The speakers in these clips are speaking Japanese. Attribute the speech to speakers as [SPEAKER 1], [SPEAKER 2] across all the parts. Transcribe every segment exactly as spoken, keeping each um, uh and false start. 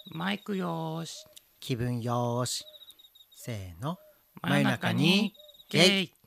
[SPEAKER 1] マイクよーし、
[SPEAKER 2] 気分よーし、せーの、
[SPEAKER 1] 真夜中にゲイ。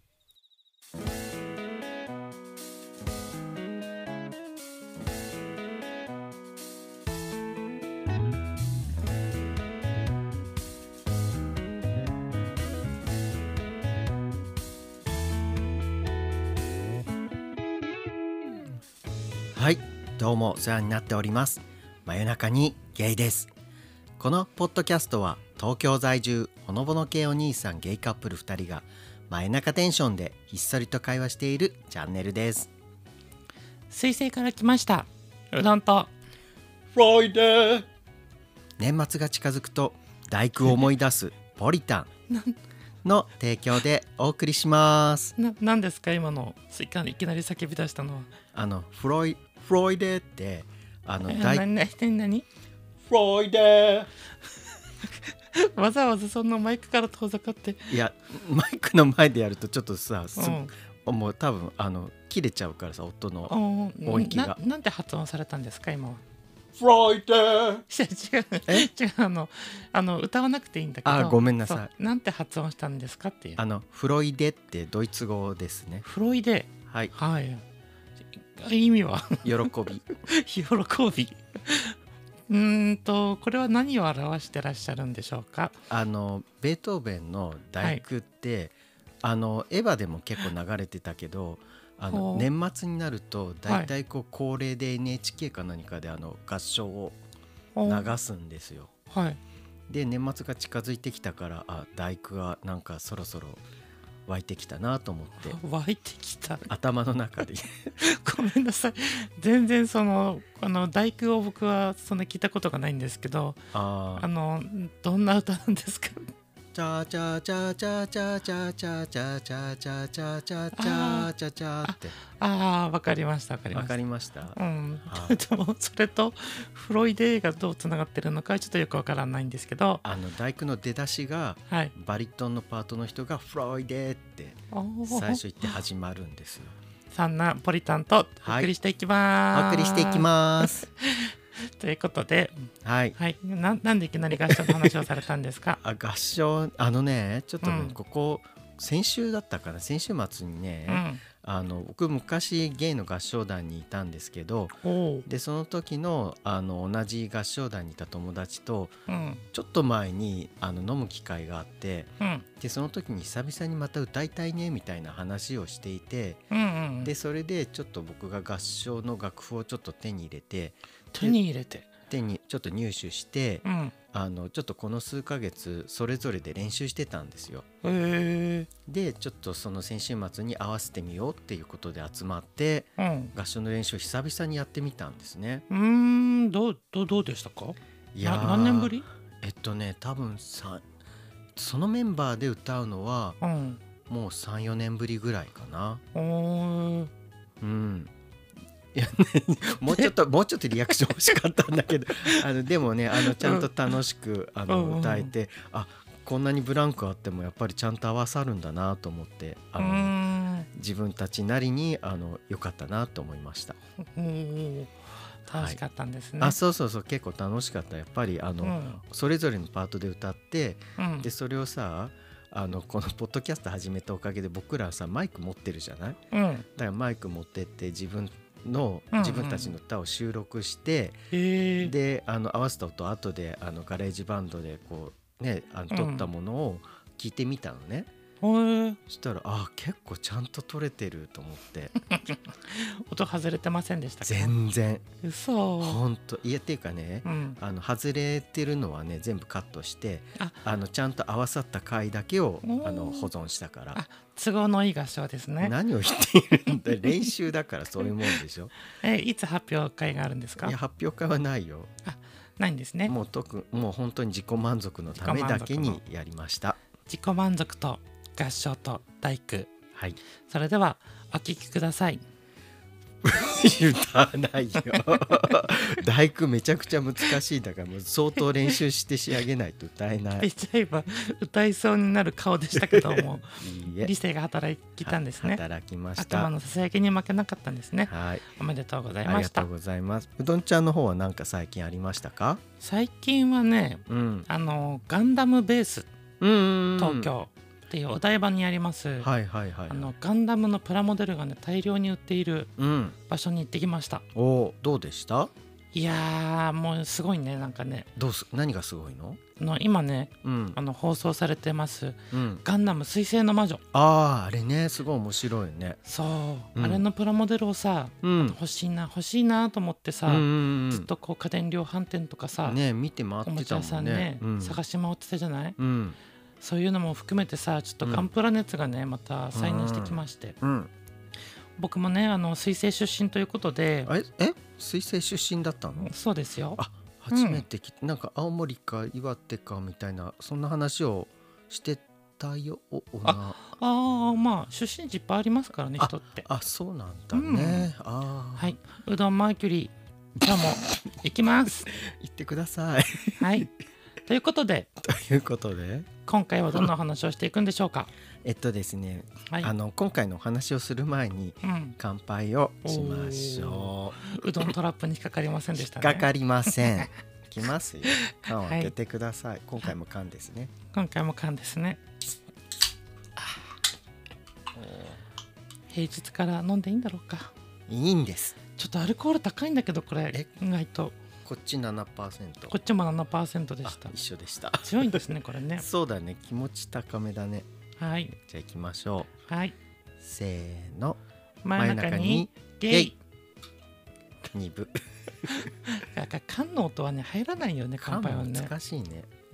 [SPEAKER 2] はい、どうもお世話になっております。真夜中にゲイです。このポッドキャストは東京在住ほのぼの系お兄さんゲイカップルふたりが真夜中テンションでひっそりと会話しているチャンネルです。
[SPEAKER 1] 水星から来ましたうどんと
[SPEAKER 2] フライデー。年末が近づくと大工を思い出すポリタンの提供でお送りします。
[SPEAKER 1] な、なんですか今のいきなりいきなり叫び出したのは。
[SPEAKER 2] あのフロイフロイデーってあの
[SPEAKER 1] え
[SPEAKER 2] 大
[SPEAKER 1] ななな何
[SPEAKER 2] フロイデー
[SPEAKER 1] わざわざそんなマイクから遠ざかって。
[SPEAKER 2] いやマイクの前でやるとちょっとさ、
[SPEAKER 1] うん、
[SPEAKER 2] もう多分あの切れちゃうからさ、音の
[SPEAKER 1] 音
[SPEAKER 2] 音域が
[SPEAKER 1] な, なんて発音されたんですか今は。
[SPEAKER 2] フライデー。
[SPEAKER 1] 違う違う違うあのあの歌わなくていいんだけど。
[SPEAKER 2] あ、ごめんなさ
[SPEAKER 1] い。なんて発音したんですかっていう。
[SPEAKER 2] あのフロイデってドイツ語ですね。
[SPEAKER 1] フロイデ。
[SPEAKER 2] はい
[SPEAKER 1] はい意味は
[SPEAKER 2] 喜び
[SPEAKER 1] 喜びうーんとこれは何を表してらっしゃるんでしょうか。
[SPEAKER 2] あのベートーベンの第九って、はい、あのエヴァでも結構流れてたけど、あの年末になるとだいたいこう恒例で エヌエイチケー か何かであの合唱を流すんですよ。
[SPEAKER 1] はい、
[SPEAKER 2] で年末が近づいてきたから、あ、第九がなんかそろそろ湧いてきたなと思って
[SPEAKER 1] 湧いてきた
[SPEAKER 2] 頭の中で
[SPEAKER 1] ごめんなさい、全然そのあの第九を僕はそんな聞いたことがないんですけど、ああのどんな歌なんですか。
[SPEAKER 2] チャチャチャチャチャチャチャチャチャチャチャチャチャチャチャって。
[SPEAKER 1] ああ、わかりましたわかりました。わ
[SPEAKER 2] かりました。
[SPEAKER 1] うん。でもそれとフロイデがどうつながってるのかちょっとよくわからないんですけど、
[SPEAKER 2] あの第九の出だしが、はい、バリトンのパートの人がフロイデって最初言って始まるんですよ。
[SPEAKER 1] そんなポリタンとお送りしていきます。
[SPEAKER 2] はい、お送りしていきます。
[SPEAKER 1] ということで、
[SPEAKER 2] はい、
[SPEAKER 1] はい、な, なんでいきなり合唱の話をされたんですか。
[SPEAKER 2] あ、合唱、あのね、ちょっとね、うん、ここ先週だったかな、先週末にね、うん、あの僕昔ゲイの合唱団にいたんですけど、でその時 の, あの同じ合唱団にいた友達と、うん、ちょっと前にあの飲む機会があって、うん、でその時に久々にまた歌いたいねみたいな話をしていて、うんうんうん、でそれでちょっと僕が合唱の楽譜をちょっと手に入れて
[SPEAKER 1] 手に入れて
[SPEAKER 2] 手にちょっと入手して、うん、あのちょっとこの数ヶ月それぞれで練習してたんですよ。
[SPEAKER 1] へー。
[SPEAKER 2] でちょっとその先週末に合わせてみようっていうことで集まって、うん、合唱の練習を久々にやってみたんですね。
[SPEAKER 1] うーん、どう、どう、どうでしたか。いや、何年ぶり。
[SPEAKER 2] えっとね多分さそのメンバーで歌うのは、うん、もう さん,よ 年ぶりぐらいかな。おうん、いやね、もうちょっともうちょっとリアクション欲しかったんだけどあのでもね、あのちゃんと楽しくあの歌えて、あ、こんなにブランクあってもやっぱりちゃんと合わさるんだなと思って、あの自分たちなりにあの良かったなと思いました。
[SPEAKER 1] 楽しかったんですね。
[SPEAKER 2] はい、あ、そうそうそう、結構楽しかった。やっぱりあの、うん、それぞれのパートで歌って、うん、でそれをさ、あのこのポッドキャスト始めたおかげで僕らさマイク持ってるじゃない、うん、だからマイク持ってって自分の自分たちの歌を収録して、うんうん、であの合わせた音後であのガレージバンドでこうね、あの撮ったものを聞いてみたのね。うん、そしたらあ結構ちゃんと撮れてると思って
[SPEAKER 1] 音外れてませんでしたか。
[SPEAKER 2] 全然。
[SPEAKER 1] 嘘。
[SPEAKER 2] 本当。いやっていうかね、うん、あの外れてるのはね全部カットして、ああのちゃんと合わさった回だけをあの保存したから。
[SPEAKER 1] あ、都合のいい合唱ですね。
[SPEAKER 2] 何を言っているんだ練習だからそういうもんでしょ
[SPEAKER 1] えいつ発表会があるんですか。
[SPEAKER 2] いや発表会はないよ。
[SPEAKER 1] あ、ないんですね。
[SPEAKER 2] もう特もう本当に自己満足のためだけにやりました。
[SPEAKER 1] 自己満足と合唱と大工、
[SPEAKER 2] はい、
[SPEAKER 1] それではお聴きください。
[SPEAKER 2] 歌わないよ大工めちゃくちゃ難しいだからもう相当練習して仕上げないと歌えない。
[SPEAKER 1] 言っちゃえば歌いそうになる顔でしたけどもいい理性が働きたんですね。
[SPEAKER 2] 働きました。
[SPEAKER 1] 悪魔のささやきに負けなかったんですね。
[SPEAKER 2] はい、
[SPEAKER 1] おめでとうございました。ありが
[SPEAKER 2] とうございます。うどんちゃんの方は何か最近ありましたか？
[SPEAKER 1] 最近はね、うん、あのガンダムベース東京っていうお台場にあります、はいはいはい、あのガンダムのプラモデルがね大量に売っている場所に行ってきました、
[SPEAKER 2] うん、おどうでした？
[SPEAKER 1] いやーもうすごいね。なんかね
[SPEAKER 2] どうす何がすごいの？
[SPEAKER 1] の今ね、うん、あの放送されてます、うん、ガンダム水星の魔女。
[SPEAKER 2] あーあれねすごい面白いね。
[SPEAKER 1] そう、うん、あれのプラモデルをさ、うん、欲しいな欲しいなと思ってさ、うんうんうん、ずっとこう家電量販店とかさ、
[SPEAKER 2] ね見て回ってたもんね。おもちゃ屋さんね、
[SPEAKER 1] うん、探し回ってたじゃない、うん、そういうのも含めてさちょっとガンプラ熱がねまた再燃してきまして、うんうん、僕もねあの水星出身ということで。
[SPEAKER 2] ええ水星出身だったの？
[SPEAKER 1] そうですよ。
[SPEAKER 2] あ初めて聞いて、うん、なんか青森か岩手かみたいなそんな話をしてたような。
[SPEAKER 1] ああまあ出身地いっぱいありますからね人って。
[SPEAKER 2] あそうなんだね、うん、あ
[SPEAKER 1] はい。うどんマーキュリー今日も行きます
[SPEAKER 2] 行ってください
[SPEAKER 1] はいということで
[SPEAKER 2] ということで
[SPEAKER 1] 今回はどんなお話をしていくんでしょうか？
[SPEAKER 2] えっとですね、はい、あの今回のお話をする前に乾杯をしましょ
[SPEAKER 1] う、うん、うどんトラップに引っかかりませんでしたね。
[SPEAKER 2] 引っかかりませんきますよ。缶を開けてください、はい、今回も缶ですね。
[SPEAKER 1] 今回も缶ですね。平日から飲んでいいんだろうか？
[SPEAKER 2] いいんです。
[SPEAKER 1] ちょっとアルコール高いんだけどこれ意外と。
[SPEAKER 2] こっち ななパーセント
[SPEAKER 1] こっちも ななパーセント でした。
[SPEAKER 2] 一緒でした。
[SPEAKER 1] 強いんですねこれね
[SPEAKER 2] そうだね気持ち高めだね。はい、じゃあ行きましょ
[SPEAKER 1] う。はい、
[SPEAKER 2] せーの。
[SPEAKER 1] 真ん中にゲイ。
[SPEAKER 2] に部
[SPEAKER 1] なんか缶の音はね入らないよね。乾杯はね
[SPEAKER 2] 難しいね。うん。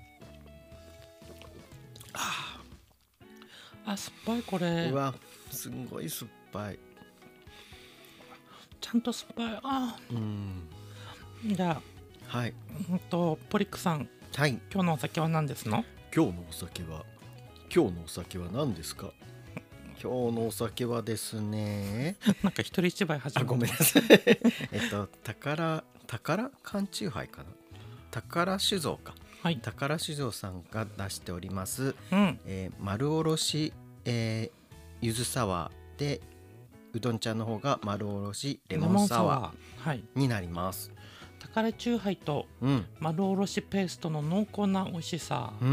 [SPEAKER 1] ああ酸っぱいこれ。
[SPEAKER 2] うわすんごい酸っぱい。
[SPEAKER 1] ちゃんと酸っぱい。あうんじゃあはいうんとポリックさん、はい、今日のお酒は何ですの？
[SPEAKER 2] 今日のお酒は今日のお酒は何ですか？今日のお酒はですね
[SPEAKER 1] なんか一人一杯始め
[SPEAKER 2] あごめんなさいえっと宝宝缶チューハイかな宝酒造か、はい、宝酒造さんが出しております、うんえー、丸おろし、えー、ゆずサワーでうどんちゃんの方が丸おろしレモンサワーになります。
[SPEAKER 1] 宝チューハイと丸おろしペーストの濃厚な美味しさ、うん、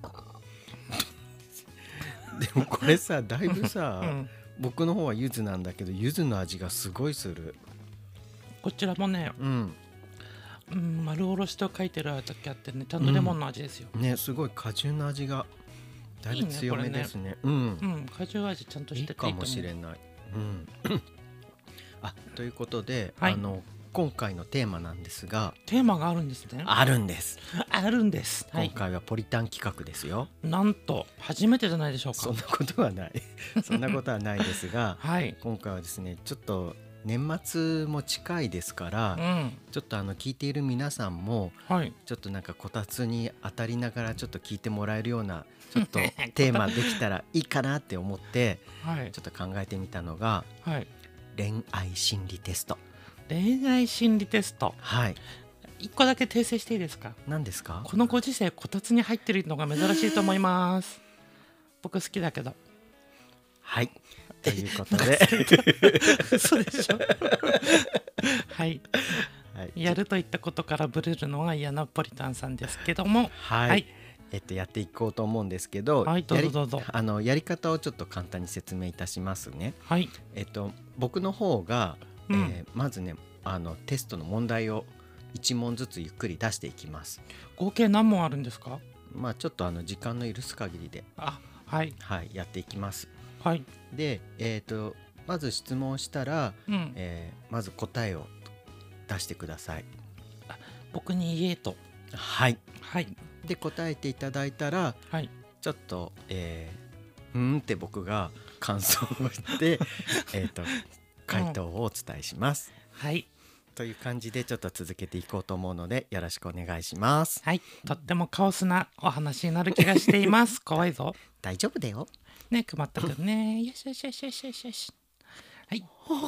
[SPEAKER 2] でもこれさだいぶさ、うん、僕の方は柚子なんだけど柚子の味がすごいする。
[SPEAKER 1] こちらもね、うんうん、丸おろしと書いてる時あってねちゃんとレモンの味ですよ、
[SPEAKER 2] うん、ねすごい果汁の味がだいぶ強めですね。いいねこれね、うんうん、
[SPEAKER 1] 果汁味ちゃんとしてていいと思う。
[SPEAKER 2] いいかもしれない、うん、あということで、はい、あの今回のテーマなんですが。
[SPEAKER 1] テーマがあるんですね。
[SPEAKER 2] あるんです
[SPEAKER 1] あるんです、
[SPEAKER 2] はい、今回はポリタン企画ですよ。
[SPEAKER 1] なんと初めてじゃないでしょうか。
[SPEAKER 2] そんなことはないそんなことはないですが、はい、今回はですねちょっと年末も近いですから、うん、ちょっとあの聞いている皆さんも、はい、ちょっとなんかこたつに当たりながらちょっと聞いてもらえるようなちょっとテーマできたらいいかなって思ってはい、ちょっと考えてみたのが、はい、恋愛心理テスト。
[SPEAKER 1] 恋愛心理テスト。はい。一個だけ訂正していいですか？
[SPEAKER 2] 何ですか？
[SPEAKER 1] このご時世こたつに入ってるのが珍しいと思います僕好きだけど。
[SPEAKER 2] はい。ということで
[SPEAKER 1] 嘘でしょはい、はい、やるといったことからブレるのが嫌なポリタンさんですけども、
[SPEAKER 2] はい、はい、えっと、やっていこうと思うんですけど、はい、どうぞどうぞ。あのやり方をちょっと簡単に説明いたしますね。はい、えっと、僕の方が、うんえー、まずねあのテストの問題をいち問ずつゆっくり出していきます。
[SPEAKER 1] 合計何問あるんですか？
[SPEAKER 2] まあ、ちょっとあの時間の許す限りであ、はいはい、やっていきます。はい、で、えーと、まず質問したら、うんえー、まず答えを出してください。
[SPEAKER 1] あ、僕に言えと。
[SPEAKER 2] はい、はい、で答えていただいたら、はい、ちょっと、えー、うんって僕が感想をしてえと回答をお伝えします、うん、はいという感じでちょっと続けていこうと思うのでよろしくお願いします。
[SPEAKER 1] はい、とってもカオスなお話になる気がしています怖いぞ。
[SPEAKER 2] 大丈夫だよ
[SPEAKER 1] ね、くまったくんねよしよしよしよしよしよし。はい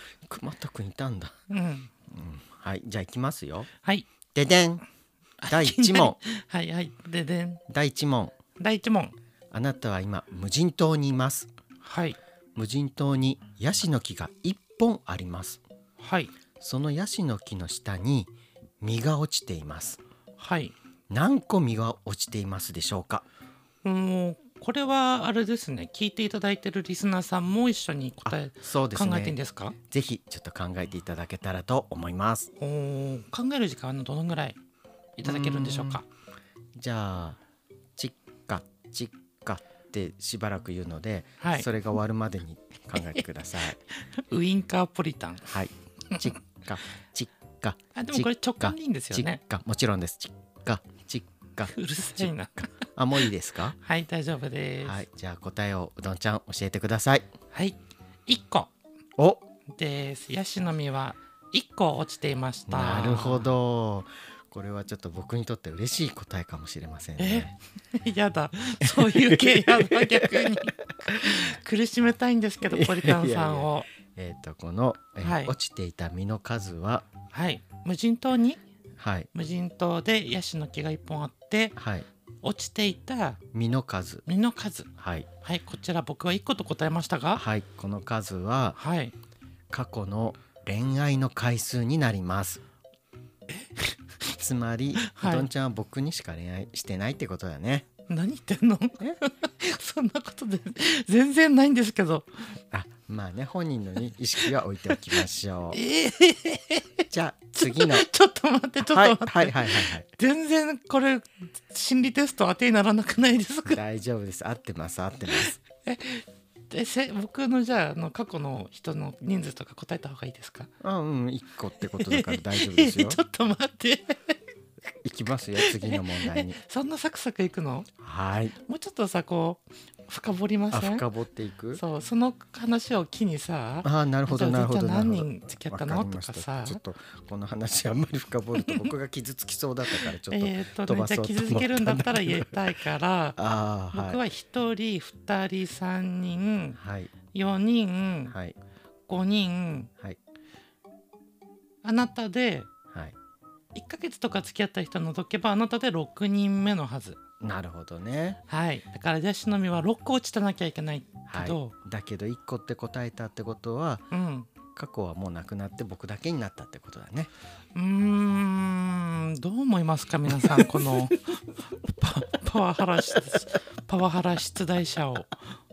[SPEAKER 2] 熊田くんいたんだ。
[SPEAKER 1] うん、うん、
[SPEAKER 2] はい、じゃあいきますよ。
[SPEAKER 1] はい。
[SPEAKER 2] ででん。だいいち問。
[SPEAKER 1] はいはい。ででん。
[SPEAKER 2] だいいち問。
[SPEAKER 1] だいいち問。
[SPEAKER 2] あなたは今無人島にいます。
[SPEAKER 1] はい。
[SPEAKER 2] 無人島にヤシの木がいっぽんあります。
[SPEAKER 1] はい。
[SPEAKER 2] そのヤシの木の下に実が落ちています。
[SPEAKER 1] はい。
[SPEAKER 2] 何個実が落ちていますでしょうか。
[SPEAKER 1] もうこれはあれですね、聞いていただいているリスナーさんも一緒に答え、そうですね、考えていいんですか。
[SPEAKER 2] ぜひちょっと考えていただけたらと思います。
[SPEAKER 1] お考える時間はどのぐらいいただけるんでしょうか。
[SPEAKER 2] じゃあチッカチッカってしばらく言うので、
[SPEAKER 1] はい、
[SPEAKER 2] それが終わるまでに考えてください。
[SPEAKER 1] ウインカーポリタン。
[SPEAKER 2] はい。チッカチッカ。
[SPEAKER 1] あ、でもこれ直感でいいんですよね。
[SPEAKER 2] チッカ、もちろんです。チッカチッカ。
[SPEAKER 1] うるさいな。
[SPEAKER 2] あ、もういいですか。
[SPEAKER 1] はい大丈夫です。
[SPEAKER 2] はい、じゃあ答えをうどんちゃん教えてください。
[SPEAKER 1] はい、いっこ
[SPEAKER 2] お
[SPEAKER 1] です。ヤシの実はいっこ落ちていました。
[SPEAKER 2] なるほど。これはちょっと僕にとって嬉しい答えかもしれませんね。
[SPEAKER 1] えやだ、そういう系やだ、逆に苦しめたいんですけどポリタンさんを。
[SPEAKER 2] いやいやいやえっ、ー、とこの、えーはい、落ちていた実の数は、
[SPEAKER 1] はい、無人島に、
[SPEAKER 2] はい、
[SPEAKER 1] 無人島でヤシの木がいっぽんあって、はい、落ちていた
[SPEAKER 2] 実の数
[SPEAKER 1] 実の数、
[SPEAKER 2] はい、
[SPEAKER 1] はい、こちら僕はいっこと答えましたが、
[SPEAKER 2] はい、この数は、はい、過去の恋愛の回数になります。つまり、はい、うどんちゃんは僕にしか恋愛してないってことだね。
[SPEAKER 1] 何言ってんのそんなことで全然ないんですけど。
[SPEAKER 2] あ、まあね、本人の意識は置いておきましょう。
[SPEAKER 1] えー、
[SPEAKER 2] じゃあ次の
[SPEAKER 1] ちょっと待ってちょっと待って、
[SPEAKER 2] はいはいはいはい、はい、
[SPEAKER 1] 全然これ心理テスト当てにならなくないですか。
[SPEAKER 2] 大丈夫です、合ってます合ってます。
[SPEAKER 1] えでせ僕のじゃあ、あの過去の人の人数とか答えた方がいいですか。
[SPEAKER 2] あ、うん、いっこってことだから大丈夫ですよ。
[SPEAKER 1] ちょっと待って
[SPEAKER 2] いきますよ、次の問題に。
[SPEAKER 1] そんなサクサクいくの。
[SPEAKER 2] はい、
[SPEAKER 1] もうちょっとさ、こう深掘りません。
[SPEAKER 2] 深掘っていく。
[SPEAKER 1] そう、その話を機にさ、
[SPEAKER 2] あ、なるほどなるほど、
[SPEAKER 1] 何人付き合ったのとかさ、
[SPEAKER 2] ちょっとこの話あんまり深掘ると僕が傷つきそうだったからちょっと
[SPEAKER 1] えっとね、じゃあ傷つけるんだったら言いたいからあ、はい、僕はひとりふたりさんにん、はい、よにん、はい、ごにん、はい、あなたで、はい、いっかげつとか付き合った人除けばあなたでろくにんめのはず。
[SPEAKER 2] なるほどね。
[SPEAKER 1] はい、だからヤシの実はろっこ落ちてなきゃいけないけど、
[SPEAKER 2] はい、だけどいっこって答えたってことは、うん、過去はもうなくなって僕だけになったってことだね。
[SPEAKER 1] うーん、どう思いますか皆さんこの パ, パワハラパワハラ出題者を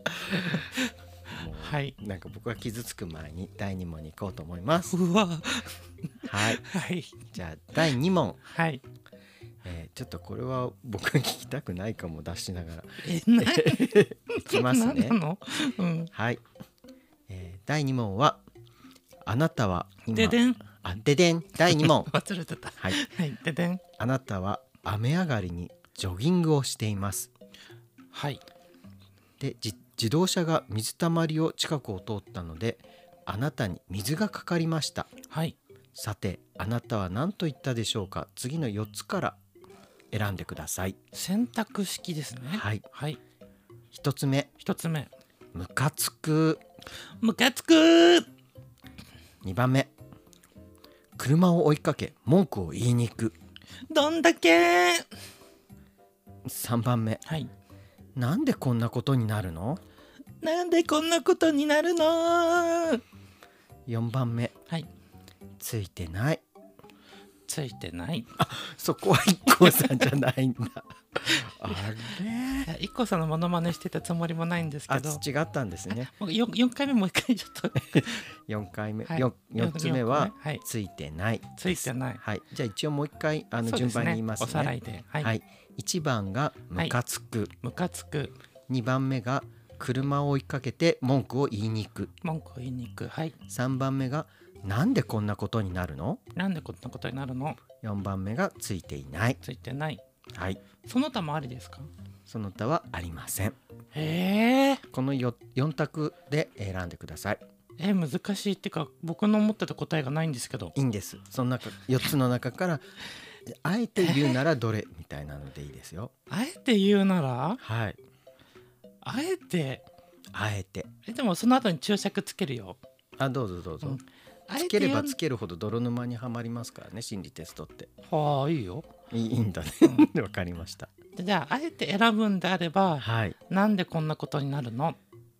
[SPEAKER 2] はい、なんか僕は傷つく前にだいに問に行こうと思います。
[SPEAKER 1] うわ
[SPEAKER 2] はい、
[SPEAKER 1] はい、
[SPEAKER 2] じゃあだいに問、
[SPEAKER 1] はい、
[SPEAKER 2] えー、ちょっとこれは僕が聞きたくないかも出しながら
[SPEAKER 1] え何
[SPEAKER 2] いきますね。
[SPEAKER 1] うん、
[SPEAKER 2] はい、えー、だいに問はあなたは今
[SPEAKER 1] ででん
[SPEAKER 2] あででんだいに問
[SPEAKER 1] 忘れてた。
[SPEAKER 2] はい、
[SPEAKER 1] はい、ででん
[SPEAKER 2] あなたは雨上がりにジョギングをしています。
[SPEAKER 1] はい、
[SPEAKER 2] でじ自動車が水たまりを近くを通ったのであなたに水がかかりました。
[SPEAKER 1] はい、
[SPEAKER 2] さてあなたは何と言ったでしょうか。次のよっつから選んでください。
[SPEAKER 1] 選択式ですね。
[SPEAKER 2] はい、
[SPEAKER 1] はい、
[SPEAKER 2] ひとつめ、
[SPEAKER 1] ひとつめ、
[SPEAKER 2] ムカつく。
[SPEAKER 1] ムカつく。
[SPEAKER 2] にばんめ、車を追いかけ文句を言いに行く。
[SPEAKER 1] どんだけ。
[SPEAKER 2] さんばんめ、
[SPEAKER 1] はい、
[SPEAKER 2] なんでこんなことになるの。
[SPEAKER 1] なんでこんなことになるの。
[SPEAKER 2] よんばんめ、
[SPEAKER 1] はい、
[SPEAKER 2] ついてない。
[SPEAKER 1] ついてない。
[SPEAKER 2] あ、そこは一個さんじゃないんだあれ、
[SPEAKER 1] 一個さんのモノマネしてたつもりもないんですけど。
[SPEAKER 2] あ、違ったんですね。
[SPEAKER 1] よん, よんかいめもう一回ちょっと
[SPEAKER 2] よんかいめ、はい、よ, よっつめは、はい、ついてない。
[SPEAKER 1] ついてない、
[SPEAKER 2] はい、じゃあ一応もう一回あの順番に言いますね。
[SPEAKER 1] おさらいで、はい
[SPEAKER 2] はい、いちばんがムカつく、
[SPEAKER 1] ムカつく。
[SPEAKER 2] にばんめが車を追いかけて文句を言いに行く。
[SPEAKER 1] 文句を言いに行く。はい。
[SPEAKER 2] さんばんめがなんでこんなことになるの。
[SPEAKER 1] なんでこんなことになるの。
[SPEAKER 2] よんばんめがついていない。
[SPEAKER 1] ついてない。
[SPEAKER 2] はい。
[SPEAKER 1] その他もありですか。
[SPEAKER 2] その他はありません。
[SPEAKER 1] へえ。
[SPEAKER 2] この 4, よん択で選んでください。
[SPEAKER 1] えー、難しいっていうか僕の思ってた答えがないんですけど。
[SPEAKER 2] いいんです。その中よっつの中からあえて言うならどれみたいなのでいいですよ。
[SPEAKER 1] あえて言うなら。
[SPEAKER 2] はい。
[SPEAKER 1] あえて
[SPEAKER 2] あえて
[SPEAKER 1] えでもその後に注釈つけるよ。
[SPEAKER 2] あ、どうぞどうぞ、うん、つければつけるほど泥沼にはまりますからね、心理テストって。
[SPEAKER 1] はあ、いいよ。
[SPEAKER 2] いいんだね、うん、わかりました。
[SPEAKER 1] じゃああえて選ぶんであれば、はい、なんでこんなことになるの、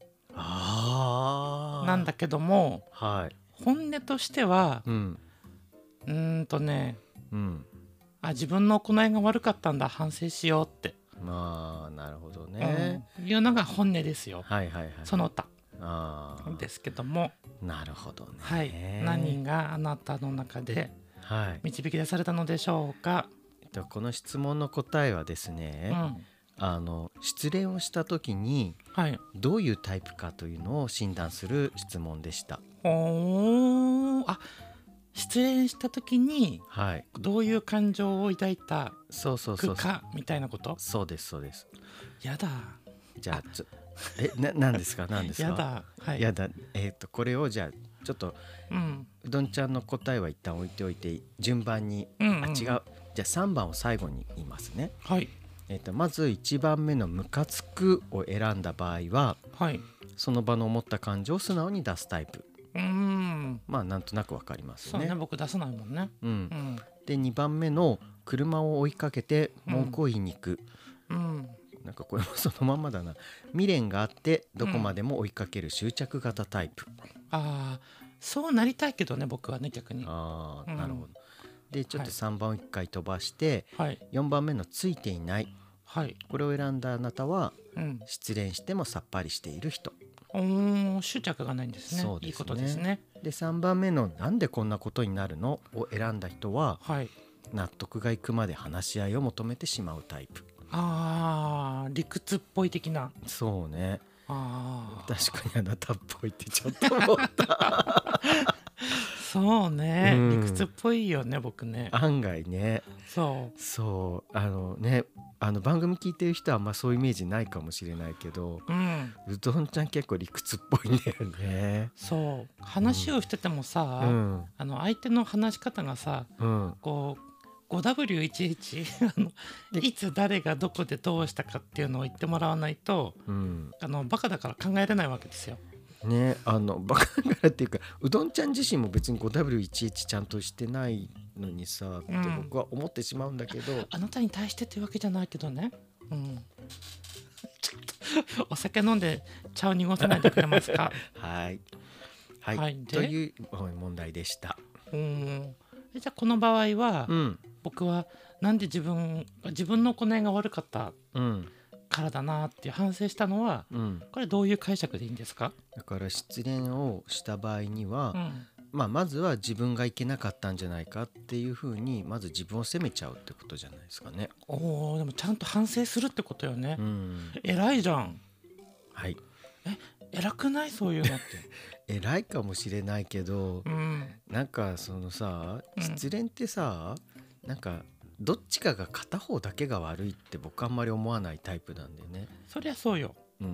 [SPEAKER 1] あなんだけども、はい、本音としては、うん、うーんとね、うん、あ自分の行いが悪かったんだ、反省しようって、
[SPEAKER 2] まあなるほどね、
[SPEAKER 1] うん、いうのが本音ですよ。
[SPEAKER 2] はいはいはい、
[SPEAKER 1] その他ですけども、
[SPEAKER 2] なるほどね、
[SPEAKER 1] はい、何があなたの中で導き出されたのでしょうか。はい、
[SPEAKER 2] この質問の答えはですね、うん、あの失恋をした時にどういうタイプかというのを診断する質問でした。
[SPEAKER 1] おあ失恋した時にどういう感情を抱いたかみたいなこと。
[SPEAKER 2] そうですそうです。
[SPEAKER 1] やだ。
[SPEAKER 2] じゃあちょえな何ですか何ですか。
[SPEAKER 1] やだ、はい、
[SPEAKER 2] やだ。えー、とこれをじゃあちょっと、うん、うどんちゃんの答えは一旦置いておいて順番に、うんうん、あ違うじゃあさんばんを最後に言いますね。はい、えー、とまずいちばんめのムカつくを選んだ場合は、はい、その場の思った感情を素直に出すタイプ。うーんまあなんとなくわかりますね。
[SPEAKER 1] そうね、僕出さないもんね。うんうん、
[SPEAKER 2] でにばんめの車を追いかけて文句を言いに行く、うん、なんかこれもそのまんまだな。未練があってどこまでも追いかける執着型タイプ、うん、
[SPEAKER 1] ああそうなりたいけどね僕はね逆に。
[SPEAKER 2] ああ、うん、なるほど。でちょっとさんばんをいっかい飛ばして、はい、よんばんめのついていない、はい、これを選んだあなたは、うん、失恋してもさっぱりしている人。
[SPEAKER 1] お執着がないんですね。そうですね、いいことですね。
[SPEAKER 2] でさんばんめのなんでこんなことになるのを選んだ人は、はい、納得がいくまで話し合いを求めてしまうタイプ。
[SPEAKER 1] あー理屈っぽい的な。
[SPEAKER 2] そうね。あ確かにあなたっぽいってちょっと思った
[SPEAKER 1] そうね、うん、理屈っぽいよね僕ね。
[SPEAKER 2] 案外ね。そうそうあのねあの番組聞いてる人はあんまそういうイメージないかもしれないけど、うん、うどんちゃん結構理屈っぽいんだよね。
[SPEAKER 1] そう話をしててもさ、うん、あの相手の話し方がさ、うん、こう ごダブリューいちいち いつ誰がどこでどうしたかっていうのを言ってもらわないと、うん、あのバカだから考えれないわけですよ。
[SPEAKER 2] ね、あのバカだからっていうかうどんちゃん自身も別に ごダブリューいちいち ちゃんとしてないのにさ、って僕は思ってしまうんだけど、うん、
[SPEAKER 1] あなたに対してっていうわけじゃないけどね、うん、ちょっとお酒飲んで茶を濁さないでくれますか
[SPEAKER 2] はい、はいはい、という問題でした。
[SPEAKER 1] うんじゃあこの場合は、うん、僕はなんで自分自分の行いが悪かったからだなっていう反省したのは、うん、これどういう解釈でいいんですか。
[SPEAKER 2] だから失恋をした場合には、うんまあ、まずは自分がいけなかったんじゃないかっていうふうにまず自分を責めちゃうってことじゃないですかね。
[SPEAKER 1] おーでもちゃんと反省するってことよね、うん、偉いじゃん。はいえ偉くないそういうのって
[SPEAKER 2] 偉いかもしれないけど、うん、なんかそのさ失恋ってさ、うん、なんかどっちかが片方だけが悪いって僕あんまり思わないタイプなんだよね。
[SPEAKER 1] そりゃそうよ、
[SPEAKER 2] うんうん、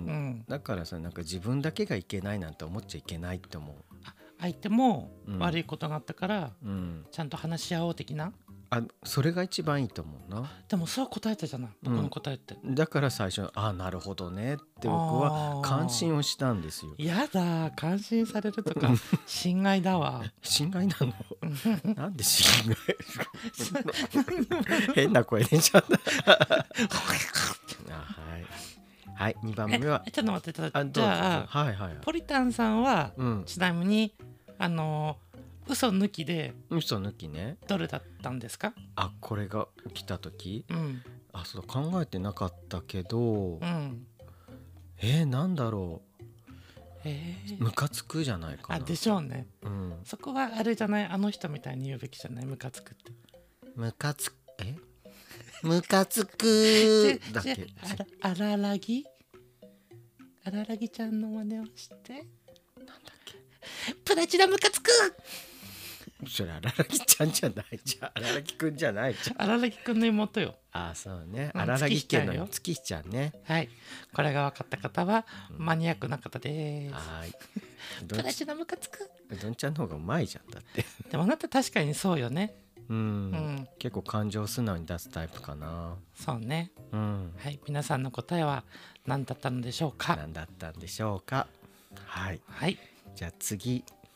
[SPEAKER 2] だからさなんか自分だけがいけないなんて思っちゃいけないって思う。
[SPEAKER 1] あ相手も悪いことがあったから、うん、ちゃんと話し合おう的な。
[SPEAKER 2] あそれが一番いいと思うな。
[SPEAKER 1] でもそう答えたじゃない僕の答えって、
[SPEAKER 2] うん、だから最初あなるほどねって僕は感心をしたんですよ。
[SPEAKER 1] やだ感心されるとか心外だわ
[SPEAKER 2] 心外なのなんで心外変な声出ちゃったはいはいにばんめは
[SPEAKER 1] ちょっと待ってたじゃあ、はいはいはい、ポリタンさんは、うん、ちなみにあのー嘘抜きで
[SPEAKER 2] 嘘抜きね
[SPEAKER 1] どれだったんですか。
[SPEAKER 2] あこれが起きた時、うん、あそう考えてなかったけど、うん、えー、なんだろうえー、ムカつくじゃないかな。
[SPEAKER 1] あでしょうね、うん、そこはあれじゃないあの人みたいに言うべきじゃないムカつくって
[SPEAKER 2] ムカつくえムカつくだっけ
[SPEAKER 1] あららぎあららぎちゃんの真似をしてなんだっけプラチナムカつく
[SPEAKER 2] それ荒木ちゃんじゃないじゃん荒木くんじゃないじゃん
[SPEAKER 1] 荒木くんの妹よ。
[SPEAKER 2] あそうね荒木家の月日ちゃんね。
[SPEAKER 1] はいこれが分かった方はマニアックな方です、うん、はいプラチナムカつく
[SPEAKER 2] うどんちゃんの方がうまいじゃんだって
[SPEAKER 1] でもあなた確かにそうよね。
[SPEAKER 2] うん、うん、結構感情を素直に出すタイプかな。
[SPEAKER 1] そうね、うん、はい皆さんの答えは何だったのでしょうか。
[SPEAKER 2] 何だったんでしょうか。はい、はい、じゃあ次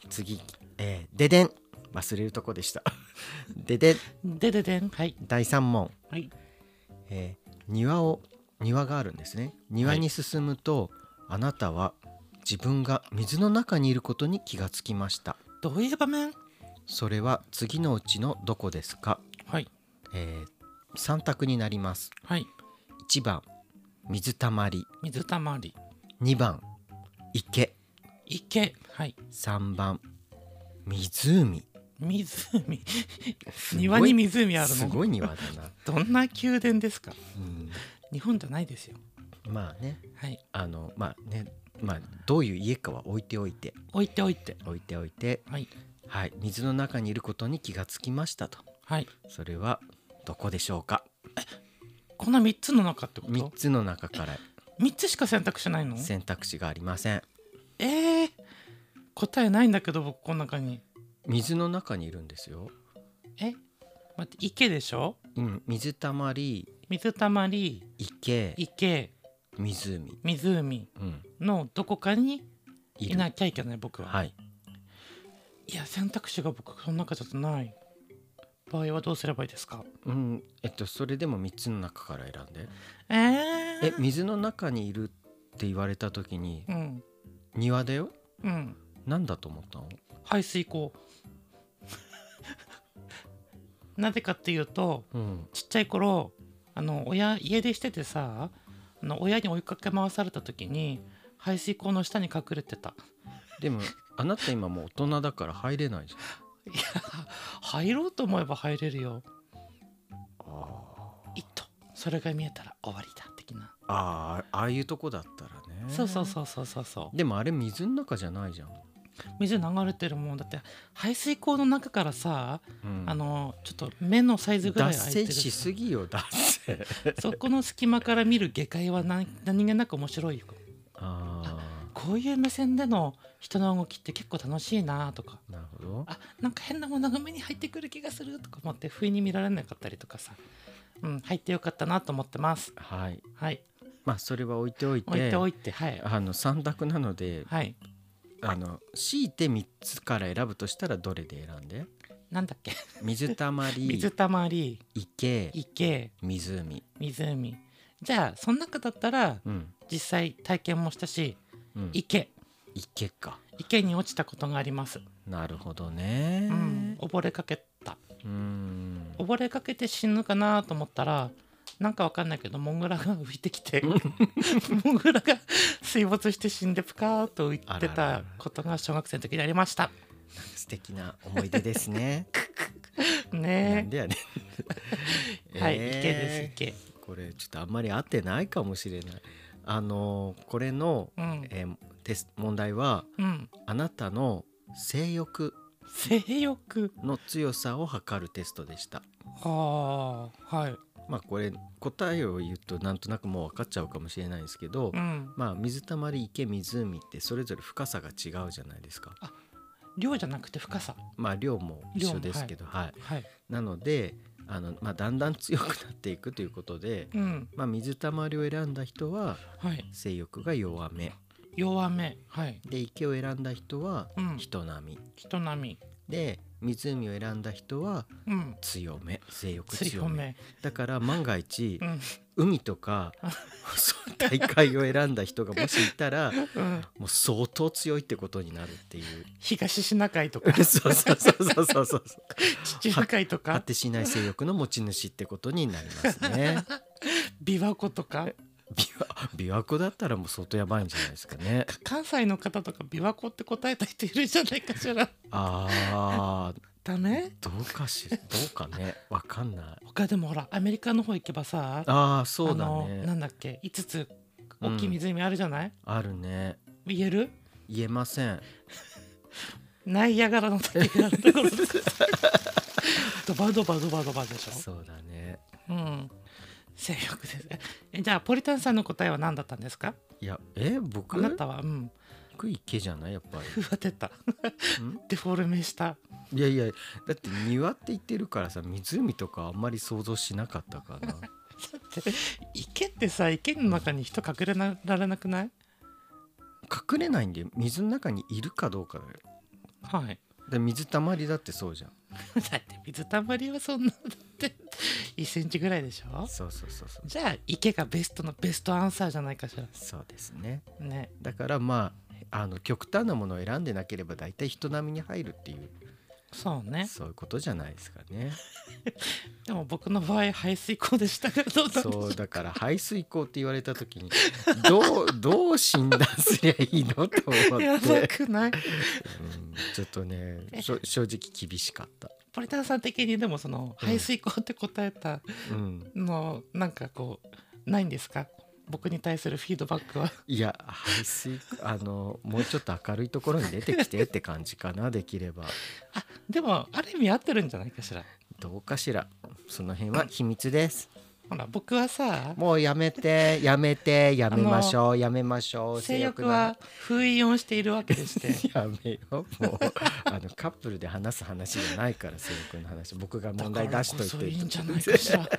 [SPEAKER 2] 次、えー、ででん忘れるとこでしたでで
[SPEAKER 1] んでででん、はい、
[SPEAKER 2] だいさん問、
[SPEAKER 1] はい、
[SPEAKER 2] えー、庭を庭があるんですね。庭に進むと、はい、あなたは自分が水の中にいることに気がつきました。
[SPEAKER 1] どういう場面？
[SPEAKER 2] それは次のうちのどこですか？
[SPEAKER 1] はい、
[SPEAKER 2] えー、さん択になります。
[SPEAKER 1] はい、
[SPEAKER 2] いちばん水たまり、
[SPEAKER 1] 水たまり、
[SPEAKER 2] にばん池、
[SPEAKER 1] 池、はい、
[SPEAKER 2] さんばん湖。
[SPEAKER 1] 湖庭に湖あるの？
[SPEAKER 2] すごい庭だな
[SPEAKER 1] どんな宮殿ですか？
[SPEAKER 2] うん、
[SPEAKER 1] 日本じゃないですよ。
[SPEAKER 2] まあね、
[SPEAKER 1] はい、
[SPEAKER 2] あのまあね、まあどういう家かは置いておいて
[SPEAKER 1] 置いておいて
[SPEAKER 2] 置いておいて、
[SPEAKER 1] はい、
[SPEAKER 2] はい、水の中にいることに気がつきましたと。
[SPEAKER 1] はい、
[SPEAKER 2] それはどこでしょうか？
[SPEAKER 1] このみっつの中ってこと？
[SPEAKER 2] みっつの中から
[SPEAKER 1] みっつしか選択肢ないの？
[SPEAKER 2] 選択肢がありません。
[SPEAKER 1] えー、答えないんだけど僕この中に。
[SPEAKER 2] 水の中にいるんですよ。
[SPEAKER 1] え、待って、池でしょ？
[SPEAKER 2] うん、水たまり、
[SPEAKER 1] 水たまり、
[SPEAKER 2] 池、
[SPEAKER 1] 池、
[SPEAKER 2] 湖、
[SPEAKER 1] 湖のどこかにいなきゃいけない、僕は。
[SPEAKER 2] はい。
[SPEAKER 1] いや、選択肢が僕その中だとない場合はどうすればいいですか？
[SPEAKER 2] うん、えっとそれでもみっつの中から選んで。
[SPEAKER 1] えー、
[SPEAKER 2] え、水の中にいるって言われた時に、
[SPEAKER 1] うん、
[SPEAKER 2] 庭だよ。
[SPEAKER 1] うん、
[SPEAKER 2] なんだと思ったの？
[SPEAKER 1] 排水溝なぜかっていうと、うん、ちっちゃい頃あの親家出しててさ、あの親に追いかけ回された時に排水溝の下に隠れてた。
[SPEAKER 2] でもあなた今もう大人だから入れないじゃん。
[SPEAKER 1] いや、入ろうと思えば入れるよ。
[SPEAKER 2] あ、
[SPEAKER 1] いっとそれが見えたら終わりだ的な。
[SPEAKER 2] ああ、ああいうとこだったらね。
[SPEAKER 1] そうそうそうそうそうそう。
[SPEAKER 2] でもあれ水の中じゃないじゃん。
[SPEAKER 1] 水流れてるもんだって。排水溝の中からさ、うん、あのちょっと目のサイズぐらい空いてる。
[SPEAKER 2] 脱線しすぎよ、脱線
[SPEAKER 1] そこの隙間から見る下界は 何, 何気なく面白いよ。
[SPEAKER 2] ああ、
[SPEAKER 1] こういう目線での人の動きって結構楽しいなとか。
[SPEAKER 2] なるほど。
[SPEAKER 1] あ、なんか変なものが目に入ってくる気がするとか思って不意に見られなかったりとかさ、うん、入ってよかったなと思ってます。
[SPEAKER 2] はい
[SPEAKER 1] はい。
[SPEAKER 2] まあそれは置いておいて、
[SPEAKER 1] 置いておいて、はい。
[SPEAKER 2] あのさん択なので、
[SPEAKER 1] はい。
[SPEAKER 2] あの強いてみっつから選ぶとしたらどれで選んで？
[SPEAKER 1] なんだっけ？
[SPEAKER 2] 水たまり、
[SPEAKER 1] 水たまり、
[SPEAKER 2] 池、
[SPEAKER 1] 池、
[SPEAKER 2] 湖。
[SPEAKER 1] 湖。じゃあその中だったら、うん、実際体験もしたし、うん、池。
[SPEAKER 2] 池か。
[SPEAKER 1] 池に落ちたことがあります。
[SPEAKER 2] なるほどね。
[SPEAKER 1] うん、溺れかけた。
[SPEAKER 2] うん、
[SPEAKER 1] 溺れかけて死ぬかなと思ったら、なんかわかんないけどモグラが浮いてきてモグラが水没して死んでプカーっと浮いてたことが小学生の時にありました。
[SPEAKER 2] 素敵な思い出ですね
[SPEAKER 1] ね。
[SPEAKER 2] なんでやね
[SPEAKER 1] んはい、池です池。
[SPEAKER 2] これちょっとあんまり合ってないかもしれない。あのー、これの、うん、えー、テス問題は、うん、あなたの性欲
[SPEAKER 1] 性欲
[SPEAKER 2] の強さを測るテストでした。
[SPEAKER 1] はあ、はい。
[SPEAKER 2] まあこれ答えを言うとなんとなくもう分かっちゃうかもしれないですけど、うん、まあ水たまり、池、湖ってそれぞれ深さが違うじゃないですか。
[SPEAKER 1] あ、量じゃなくて深さ。
[SPEAKER 2] まあ量も一緒ですけど、はい、はい
[SPEAKER 1] はい、
[SPEAKER 2] なのであの、まあ、だんだん強くなっていくということで、うん、まあ、水たまりを選んだ人は性欲が弱め、はい、
[SPEAKER 1] 弱め、はい、
[SPEAKER 2] で池を選んだ人は人並み、うん、
[SPEAKER 1] 人並み
[SPEAKER 2] で湖を選んだ人は強め、うん、性欲強め、強めだから万が一、うん、海とか大海を選んだ人がもしいたら、うん、もう相当強いってことになるっていう。
[SPEAKER 1] 東シナ海とか
[SPEAKER 2] そうそうそうそうそうそう
[SPEAKER 1] 地中海とか
[SPEAKER 2] 果てしない性欲の持ち主ってことになりますね
[SPEAKER 1] 琵琶湖とか
[SPEAKER 2] 琵琶湖だったらもう相当やばいんじゃないですかね。
[SPEAKER 1] 関西の方とか琵琶湖って答えた人いるじゃないかしら。
[SPEAKER 2] あー
[SPEAKER 1] ダメ？
[SPEAKER 2] どうかしどうかね、わかんない。
[SPEAKER 1] 他でもほらアメリカの方行けばさ、
[SPEAKER 2] あーそうだね、
[SPEAKER 1] あのなんだっけいつつ大きい湖あるじゃない、
[SPEAKER 2] うん、あるね。
[SPEAKER 1] 言える？
[SPEAKER 2] 言えません。
[SPEAKER 1] ナイアガラの滝があるところとかドバドバドバドバでしょ。
[SPEAKER 2] そうだね。
[SPEAKER 1] うん、性欲ですね。じゃあポリタンさんの答えは何だったんですか？
[SPEAKER 2] いやえ僕
[SPEAKER 1] あなたはうん
[SPEAKER 2] 僕池じゃないやっぱり。
[SPEAKER 1] うわ出たデフォルメした。
[SPEAKER 2] いやいやだって庭って言ってるからさ、湖とかあんまり想像しなかったかな
[SPEAKER 1] 池ってさ、池の中に人隠れられなくない？
[SPEAKER 2] 隠れないんで水の中にいるかどうかだよ。
[SPEAKER 1] はい。
[SPEAKER 2] で水たまりだってそうじゃん。
[SPEAKER 1] だって水たまりはそんなだっていっセンチぐらいでしょ。
[SPEAKER 2] そうそうそうそう。
[SPEAKER 1] じゃあ池がベストのベストアンサーじゃないかしら。
[SPEAKER 2] そうですね。
[SPEAKER 1] ね。
[SPEAKER 2] だからまああの極端なものを選んでなければ大体人並みに入るっていう。
[SPEAKER 1] そうね。
[SPEAKER 2] そういうことじゃないですかね。
[SPEAKER 1] でも僕の場合排水溝でしたからどうなんでしょうか。
[SPEAKER 2] そうだから排水溝って言われた時にどうどう診断すりゃいいのと思って。
[SPEAKER 1] やばくない、うん、
[SPEAKER 2] ちょっとね正直厳しかった。
[SPEAKER 1] ポリタンさん的にでもその排水溝って答えたの、うん、なんかこうないんですか、僕に対するフィードバックは。
[SPEAKER 2] いや排水あのもうちょっと明るいところに出てきてって感じかなできれば。
[SPEAKER 1] あでもある意味合ってるんじゃないかしら。
[SPEAKER 2] どうかしら、その辺は秘密です。
[SPEAKER 1] ほら僕はさ
[SPEAKER 2] もうやめてやめてやめましょうやめましょう。
[SPEAKER 1] 性欲は封印をしているわけでして
[SPEAKER 2] やめようもうあのカップルで話す話じゃないから性欲の話僕が問題出しといて。だからこそいいんじゃないかしら。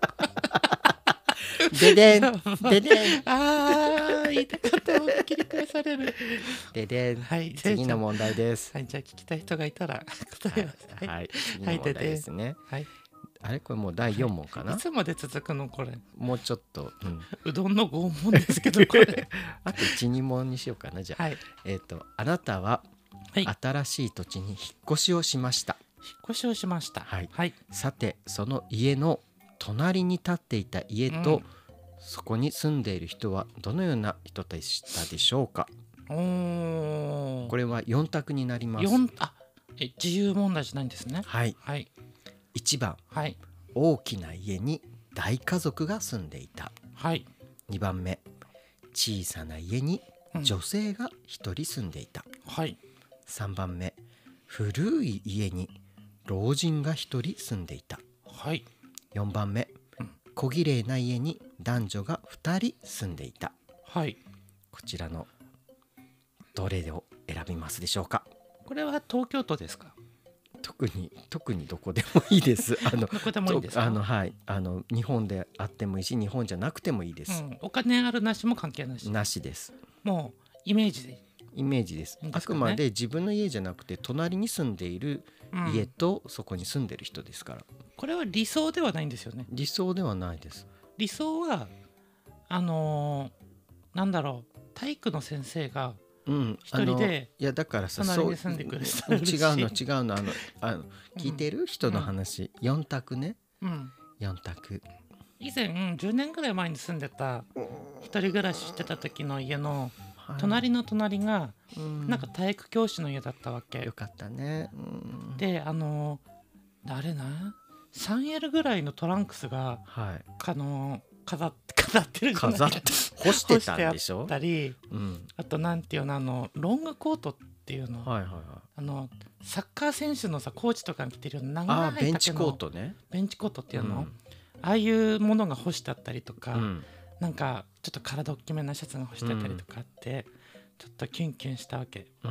[SPEAKER 2] ででんででん
[SPEAKER 1] あー言いたかったを切り返される。
[SPEAKER 2] ででん、はい、次の問題です。
[SPEAKER 1] はい、じゃあ聞きたい人がいたら答えます。
[SPEAKER 2] はい、はい、次の問題ですね。
[SPEAKER 1] はい、
[SPEAKER 2] あれこれもうだいよん問かな、
[SPEAKER 1] はい、いつまで続くのこれ。
[SPEAKER 2] もうちょっと、うん、
[SPEAKER 1] うどんの拷問ですけどこれ
[SPEAKER 2] あといち、に問にしようかな。じゃあ、はい、えっとあなたは新しい土地に引っ越しをしました。
[SPEAKER 1] 引っ越しをしました。
[SPEAKER 2] はい、はい、さてその家の隣に立っていた家と、うん、そこに住んでいる人はどのような人でしたでしょうか。おこれはよん択になります。
[SPEAKER 1] よんあえ自由問題じゃないんですね。
[SPEAKER 2] はい、はい、いちばん、はい、大きな家に大家族が住んでいた。はい、にばんめ、小さな家に女性がひとり住んでいた。うん、はい、さんばんめ、古い家に老人がひとり住んでいた。はい、よんばんめ、小綺麗な家に男女がふたり住んでいた。はい、こちらのどれを選びますでしょうか。
[SPEAKER 1] これは東京都ですか。
[SPEAKER 2] 特に特にどこでもいいです。あの
[SPEAKER 1] どこでもいいですか。
[SPEAKER 2] あのはいあの日本であってもいいし日本じゃなくてもいいです。うん、
[SPEAKER 1] お金あるなしも関係なし。
[SPEAKER 2] なしです。
[SPEAKER 1] もうイメージで。
[SPEAKER 2] イメージです。いいですかね、あくまで自分の家じゃなくて隣に住んでいる家とそこに住んでる人ですから。うん、
[SPEAKER 1] これは理想ではないんですよね。
[SPEAKER 2] 理想ではないです。
[SPEAKER 1] 理想はあのー、なんだろう体育の先生が一人で、
[SPEAKER 2] うん、いやだからさ
[SPEAKER 1] 隣に住んでくる人いるし、
[SPEAKER 2] 違うの違うのあのあの聞いてる人の話、うん、よん択ね、うん、よん択。
[SPEAKER 1] 以前じゅうねんぐらい前に住んでた一人暮らししてた時の家の隣の隣がなんか体育教師の家だったわけ。
[SPEAKER 2] よかったね。う
[SPEAKER 1] んであの誰な スリーエル ぐらいのトランクスが、はい、あの飾って飾ってるじゃない。
[SPEAKER 2] 飾って干してたんでしょ。
[SPEAKER 1] 干してあったり、うん、あとなんていうのあのロングコートっていうの、はいはいはい、あのサッカー選手のさコーチとかに着てるような長い丈の
[SPEAKER 2] ベンチコートね。
[SPEAKER 1] ベンチコートっていうの、うん、ああいうものが干してあったりとか、うん、なんかちょっと体大きめなシャツが干してあったりとかあって、うん、ちょっとキュンキュンしたわけ、うん、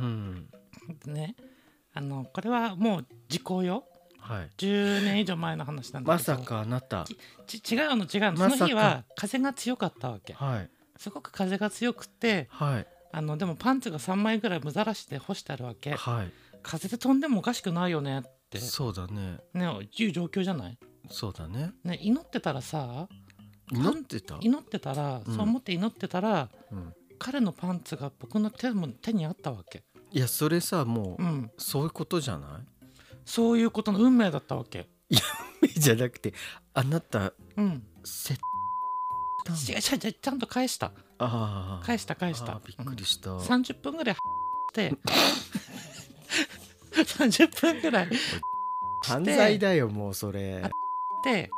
[SPEAKER 1] ね、あのこれはもう時効よ。はい、じゅうねん以上前の話なんだけど。
[SPEAKER 2] まさかあなた
[SPEAKER 1] ち違うの違うの、ま、その日は風が強かったわけ、はい、すごく風が強くて、はい、あのでもパンツがさんまいぐらい無ざらしで干してあるわけ、はい、風で飛んでもおかしくないよねって。
[SPEAKER 2] そうだね
[SPEAKER 1] ねいう状況じゃない。
[SPEAKER 2] そうだ ね,
[SPEAKER 1] ね祈ってたらさ
[SPEAKER 2] 祈ってた
[SPEAKER 1] 祈ってたら、うん、そう思って祈ってたら、うん、彼のパンツが僕の 手, も手にあったわけ。
[SPEAKER 2] いやそれさもう、うん、そういうことじゃない。
[SPEAKER 1] そういうことの運命だったわけ。
[SPEAKER 2] いや運命じゃなくてあなた、うん、せ
[SPEAKER 1] 違う違う違うちゃんと返した。あ返した返した
[SPEAKER 2] びっくりした、
[SPEAKER 1] うん、さんじゅっぷんぐらいってさんじゅっぷんぐらい
[SPEAKER 2] 犯罪だよもうそれ
[SPEAKER 1] で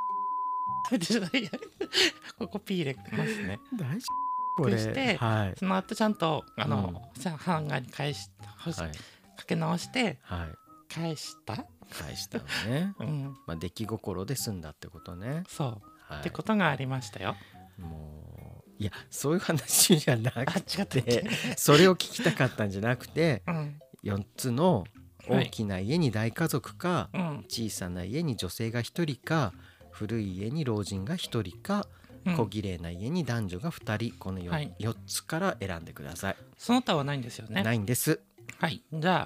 [SPEAKER 1] ここピー入れますね。
[SPEAKER 2] 大丈夫これ
[SPEAKER 1] して、はい、その後ちゃんとあの、うん、ハンガーに返し、はい、かけ直して、はい、返した
[SPEAKER 2] 返したのね、うんまあ、出来心で済んだってことね。
[SPEAKER 1] そう、はい、ってことがありましたよ。
[SPEAKER 2] もういやそういう話じゃなくてそれを聞きたかったんじゃなくて、うん、よっつの大きな家に大家族か、はい、小さな家に女性がひとりか古い家に老人がひとりか、うん、小綺麗な家に男女がふたりこの 4,、はい、よっつから選んでください。
[SPEAKER 1] その他はないんですよね。
[SPEAKER 2] ないんです。
[SPEAKER 1] はいじゃあ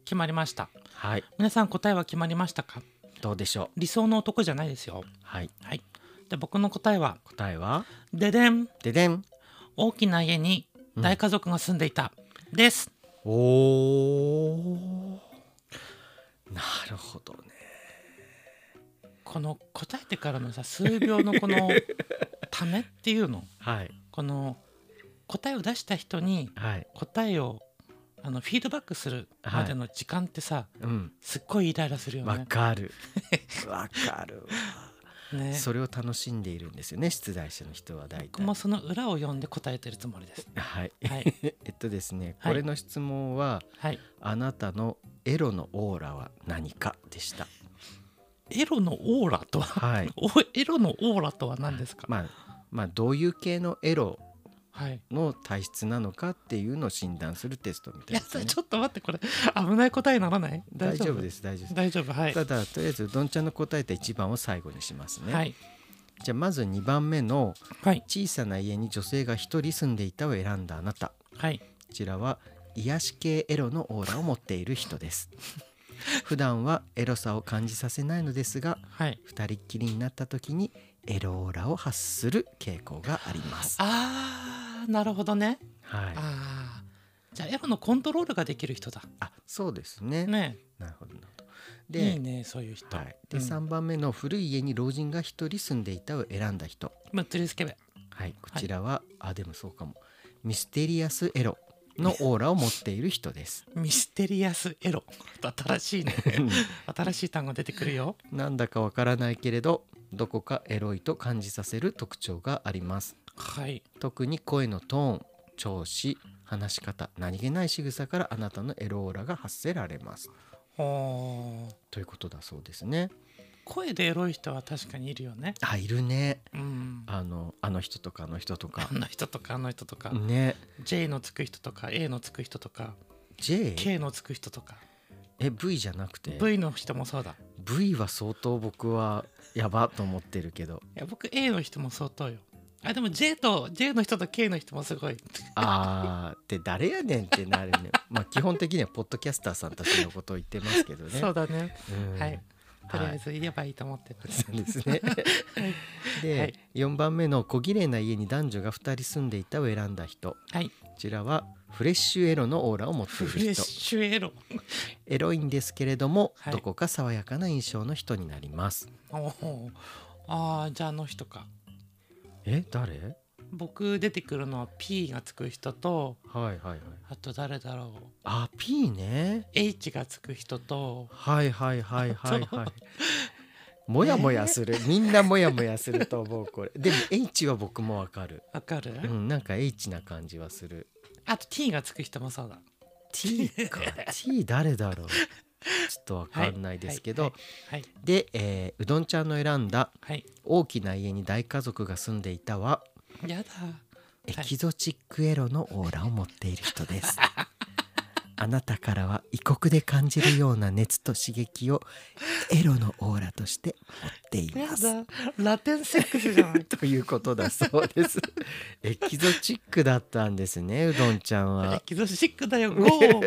[SPEAKER 1] 決まりました。
[SPEAKER 2] はい。
[SPEAKER 1] 皆さん答えは決まりましたか？
[SPEAKER 2] どうでしょ
[SPEAKER 1] う。理想の男じゃないですよ。
[SPEAKER 2] はい。
[SPEAKER 1] はい。で僕の答えは
[SPEAKER 2] 答えは
[SPEAKER 1] ででん
[SPEAKER 2] ででん
[SPEAKER 1] 大きな家に大家族が住んでいた、うん、です。
[SPEAKER 2] おー、なるほどね。
[SPEAKER 1] この答えてからのさ数秒のこのためっていうの、
[SPEAKER 2] はい、
[SPEAKER 1] この答えを出した人に答えをあのフィードバックするまでの時間ってさ、はい、うん、すっごいイライラするよね。
[SPEAKER 2] わかるわかるわ、ね、それを楽しんでいるんですよね、出題者の人は大体。
[SPEAKER 1] 僕もその裏を読んで答えてるつもりです。
[SPEAKER 2] はい、はい、えっとですね、これの質問は、はい、あなたのエロのオーラは何かでした。
[SPEAKER 1] エロのオーラとは、はい、エロのオーラとは何ですか？
[SPEAKER 2] まあ、まあどういう系のエロの体質なのかっていうのを診断するテストみたいですね。
[SPEAKER 1] いやちょっと待って、これ危ない答えにならない？
[SPEAKER 2] 大丈夫です大丈夫です
[SPEAKER 1] 大丈夫、はい、
[SPEAKER 2] ただとりあえずうどんちゃんの答えたいちばんを最後にしますね。はい、じゃあまずにばんめの小さな家に女性がひとり住んでいたを選んだあなた、はい、こちらは癒し系エロのオーラを持っている人です普段はエロさを感じさせないのですが、はい、ふたりっきりになった時にエロオーラを発する傾向があります。
[SPEAKER 1] あー、なるほどね。はい、あじゃあエロのコントロールができる人だ。
[SPEAKER 2] あ、そうですね。ね、なるほどなるほど。
[SPEAKER 1] でいいね、そういう人。はい、
[SPEAKER 2] で、うん、さんばんめの古い家に老人がひとり住んでいたを選んだ人、
[SPEAKER 1] むっつりスケベ。
[SPEAKER 2] はい、こちらは、はい、あでもそうかも、ミステリアスエロのオーラを持っている人です
[SPEAKER 1] ミステリアスエロ、新しいね新しい単語出てくるよ。
[SPEAKER 2] なんだかわからないけれどどこかエロいと感じさせる特徴があります。はい、特に声のトーン、調子、話し方、何気ない仕草からあなたのエロオーラが発せられます。はということだそうですね。
[SPEAKER 1] 声でエロい人は確かにいるよね。
[SPEAKER 2] あ、いるね、うん、あのあの人とかあの人とか
[SPEAKER 1] あの人とかあの人とかね、 J のつく人とか A のつく人とか
[SPEAKER 2] J?
[SPEAKER 1] K のつく人とか。
[SPEAKER 2] え V じゃなくて
[SPEAKER 1] V の人もそうだ。
[SPEAKER 2] V は相当僕はやばと思ってるけど、
[SPEAKER 1] いや僕 A の人も相当よ。あでも J と J の人と K の人もすごい
[SPEAKER 2] あーで誰やねんってなるねまあ基本的にはポッドキャスターさんたちのことを言ってますけどね
[SPEAKER 1] そうだね、うん、はい、とりあえず言えばいいと思ってる、はい、
[SPEAKER 2] そうですねで、はい、よんばんめの小綺麗な家に男女がふたり住んでいたを選んだ人、はい、こちらはフレッシュエロのオーラを持っている人。
[SPEAKER 1] フレッシュエロ
[SPEAKER 2] エロいんですけれども、はい、どこか爽やかな印象の人になります。
[SPEAKER 1] おあじゃああの人か。
[SPEAKER 2] え誰？
[SPEAKER 1] 僕出てくるのは P がつく人と、はいはいはい、あと誰だろう。
[SPEAKER 2] あ P ね。
[SPEAKER 1] H がつく人と、
[SPEAKER 2] はいはいはいはいはいもやもやする、えー、みんなもやもやすると思うこれ。でも H は僕もわかる。
[SPEAKER 1] わかる、
[SPEAKER 2] うん、なんか H な感じはする。
[SPEAKER 1] あと T がつく人もそうだ。
[SPEAKER 2] T かT 誰だろうちょっとわかんないですけど、はいはいはい、で、えー、うどんちゃんの選んだ、はい、大きな家に大家族が住んでいたは
[SPEAKER 1] やだ
[SPEAKER 2] エキゾチックエロのオーラを持っている人です、はい、あなたからは異国で感じるような熱と刺激をエロのオーラとして持っています。
[SPEAKER 1] やだラテンセックスじゃない
[SPEAKER 2] ということだそうですエキゾチックだったんですね、うどんちゃんは。
[SPEAKER 1] エキゾチックだよゴー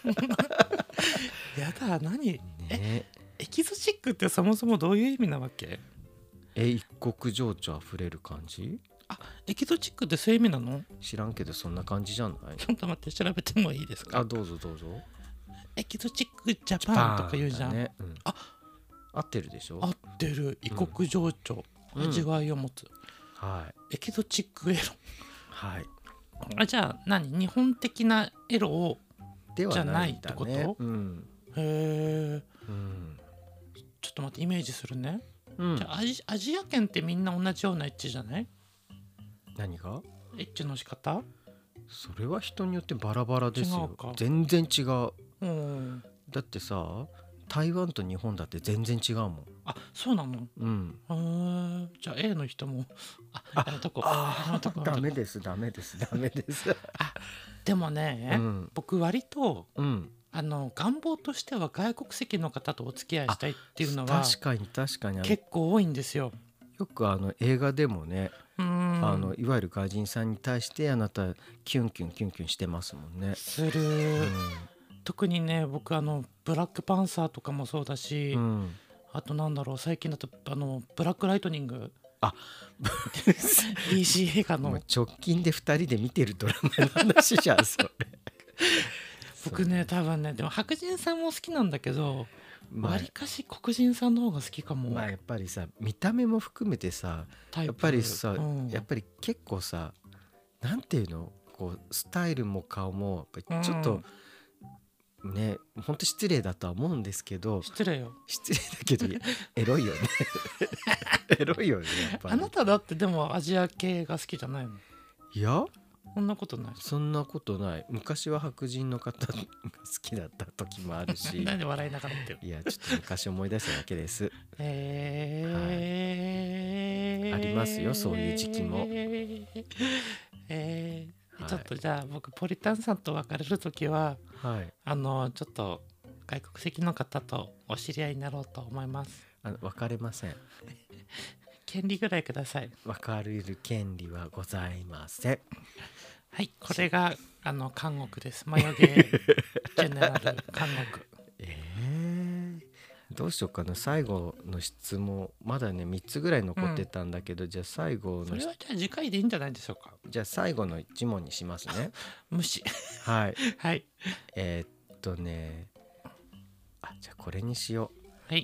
[SPEAKER 1] やだ何、ね、えエキゾチックってそもそもどういう意味なわけ？
[SPEAKER 2] え一国情緒あふれる感じ？
[SPEAKER 1] あエキゾチックってそういう意味なの？
[SPEAKER 2] 知らんけどそんな感じじゃない？
[SPEAKER 1] ちょっと待って調べてもいいですか？
[SPEAKER 2] あどうぞどうぞ。エ
[SPEAKER 1] キゾチックジャパンとか言うじゃん、ねうん、
[SPEAKER 2] あ合ってるでしょ？
[SPEAKER 1] 合ってる。異国情緒、うん、味わいを持つ、うんはい、エキゾチックエロ、はい、あじゃあ何日本的なエロをじゃないってこと？うん、へえ、うん、ちょっと待ってイメージするね、うん、じゃあアジ、アジア圏ってみんな同じようなエッチじゃない？
[SPEAKER 2] 何が？
[SPEAKER 1] エッチの仕方？
[SPEAKER 2] それは人によってバラバラですよ。全然違う、うん、だってさ台湾と日本だって全然違うもん。
[SPEAKER 1] あそうなの？うんへじゃあ A の人もあやめとこあ
[SPEAKER 2] ダメですダメですダメです
[SPEAKER 1] あでもね、うん、僕割と、うん、あの願望としては外国籍の方とお付き合いしたいっていうのは
[SPEAKER 2] 確かに確かに
[SPEAKER 1] 結構多いんですよ。
[SPEAKER 2] よくあの映画でもねうんあのいわゆる外人さんに対してあなたキュンキュンキュンキュンしてますもんね。
[SPEAKER 1] する、うん特にね僕あのブラックパンサーとかもそうだし、うん、あとなんだろう最近だとあのブラックライトニング
[SPEAKER 2] あ
[SPEAKER 1] ディーシー 映画の
[SPEAKER 2] 直近でふたりで見てるドラマの話じゃんそれ
[SPEAKER 1] 僕ね多分ねでも白人さんも好きなんだけどわりかし黒人さんの方が好きかも。
[SPEAKER 2] まあやっぱりさ見た目も含めてさやっぱりさ、うん、やっぱり結構さなんていうのこうスタイルも顔もやっぱりちょっと、うん、ね本当失礼だとは思うんですけど
[SPEAKER 1] 失礼よ
[SPEAKER 2] 失礼だけどエロいよねエロいよねやっぱり。
[SPEAKER 1] あなただってでもアジア系が好きじゃないの？
[SPEAKER 2] いや
[SPEAKER 1] そんなことない。
[SPEAKER 2] そんなことない。昔は白人の方が好きだった時もあるし
[SPEAKER 1] なんで笑いながらってよ。
[SPEAKER 2] いやちょっと昔思い出しただけです。
[SPEAKER 1] えー
[SPEAKER 2] はい、ありますよそういう時期も。
[SPEAKER 1] えーはい、ちょっとじゃあ僕ポリタンさんと別れる時は、はい、あのちょっと外国籍の方とお知り合いになろうと思います。
[SPEAKER 2] あの別れません
[SPEAKER 1] 権利ぐらいください。
[SPEAKER 2] 別れる権利はございません。
[SPEAKER 1] はい、これがあの監獄です。マヨゲージェネラル監獄。
[SPEAKER 2] えー、どうしようかな。最後の質問まだねみっつぐらい残ってたんだけど、うん、じゃあ最後の
[SPEAKER 1] それはじゃあ次回でいいんじゃないでしょうか。
[SPEAKER 2] じゃあ最後のいち問にしますね。
[SPEAKER 1] 無視
[SPEAKER 2] はい
[SPEAKER 1] はい
[SPEAKER 2] えー、っとねあじゃあこれにしよう。
[SPEAKER 1] はい。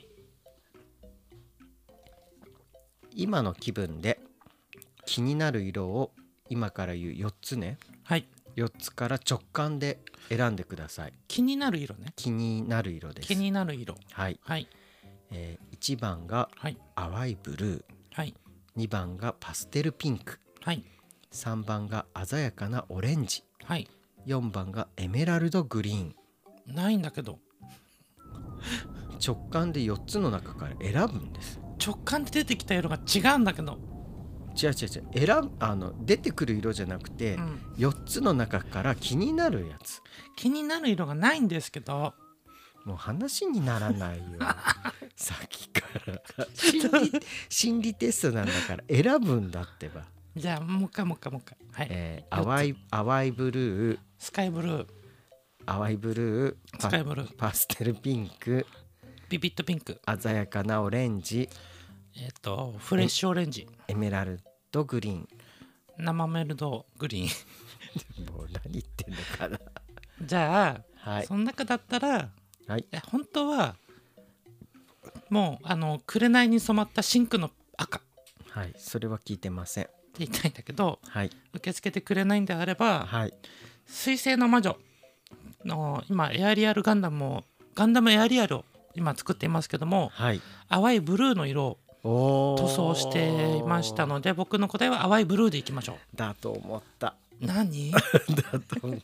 [SPEAKER 2] 今の気分で気になる色を今から言うよっつね。
[SPEAKER 1] はい。
[SPEAKER 2] よっつから直感で選んでください。
[SPEAKER 1] 気になる色ね。
[SPEAKER 2] 気になる色です。
[SPEAKER 1] 気になる色。
[SPEAKER 2] はい。
[SPEAKER 1] はい。
[SPEAKER 2] えー、いちばんが淡いブルー。
[SPEAKER 1] はい。
[SPEAKER 2] にばんがパステルピンク。
[SPEAKER 1] はい。
[SPEAKER 2] さんばんが鮮やかなオレンジ。
[SPEAKER 1] はい。
[SPEAKER 2] よんばんがエメラルドグリーン。
[SPEAKER 1] ないんだけど。
[SPEAKER 2] 直感でよっつの中から選ぶんです。
[SPEAKER 1] 直感で出てきた色が違うんだけど。
[SPEAKER 2] 違う違う違う選あの出てくる色じゃなくて、うん、よっつの中から気になるやつ。
[SPEAKER 1] 気になる色がないんですけど。
[SPEAKER 2] もう話にならないよさっきから心理心理テストなんだから選ぶんだってば。
[SPEAKER 1] じゃあもう一回もう一回もう一回、はい。
[SPEAKER 2] えー、淡い淡いブルー、
[SPEAKER 1] スカイブルー、
[SPEAKER 2] 淡いブルー、
[SPEAKER 1] スカイブルー、
[SPEAKER 2] パステルピンク、
[SPEAKER 1] ビビットピンク、
[SPEAKER 2] 鮮やかなオレンジ、
[SPEAKER 1] えっとフレッシュオレンジ、
[SPEAKER 2] エメラルドグリーン、
[SPEAKER 1] 生メルドグリーン
[SPEAKER 2] もう何言ってんのかな
[SPEAKER 1] じゃあ、はい、その中だったら、
[SPEAKER 2] はい、
[SPEAKER 1] 本当はもうあの紅に染まったシンクの赤、
[SPEAKER 2] はい、それは聞いてませんって
[SPEAKER 1] 言いたいんだけど、
[SPEAKER 2] はい、
[SPEAKER 1] 受け付けてくれないんであれば、
[SPEAKER 2] はい、
[SPEAKER 1] 水星の魔女の今エアリアルガンダムをガンダムエアリアルを今作っていますけども、はい、淡いブルーの色を塗装していましたので、僕の答えは淡いブルーでいきましょう。
[SPEAKER 2] だと思った。
[SPEAKER 1] 何
[SPEAKER 2] だと思った。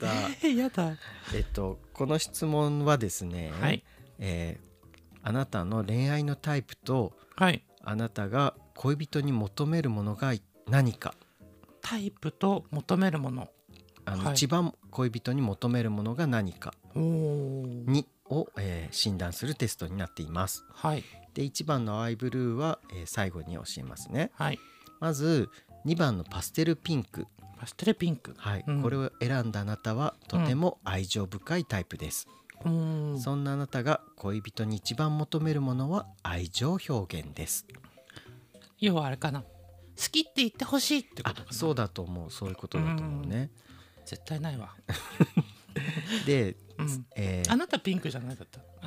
[SPEAKER 1] えー、やだ。
[SPEAKER 2] えっとこの質問はですね、はい、えー、あなたの恋愛のタイプと、はい、あなたが恋人に求めるものが何か。
[SPEAKER 1] タイプと求めるもの、
[SPEAKER 2] あの、はい、一番恋人に求めるものが何かにを、えー、診断するテストになっています。はい、でいちばんの淡いブルーは、えー、最後に教えますね。はい、まずにばんのパステルピンク。
[SPEAKER 1] パステルピンク、
[SPEAKER 2] はい、うん、これを選んだあなたはとても愛情深いタイプです。うん、そんなあなたが恋人に一番求めるものは愛情表現です。
[SPEAKER 1] 要はあれかな、好きって言ってほしいってことかな。
[SPEAKER 2] そうだと思う。そういうことだと思うね。
[SPEAKER 1] うん、絶対ないわ
[SPEAKER 2] で、
[SPEAKER 1] うんえー、あなたピンクじゃないだった。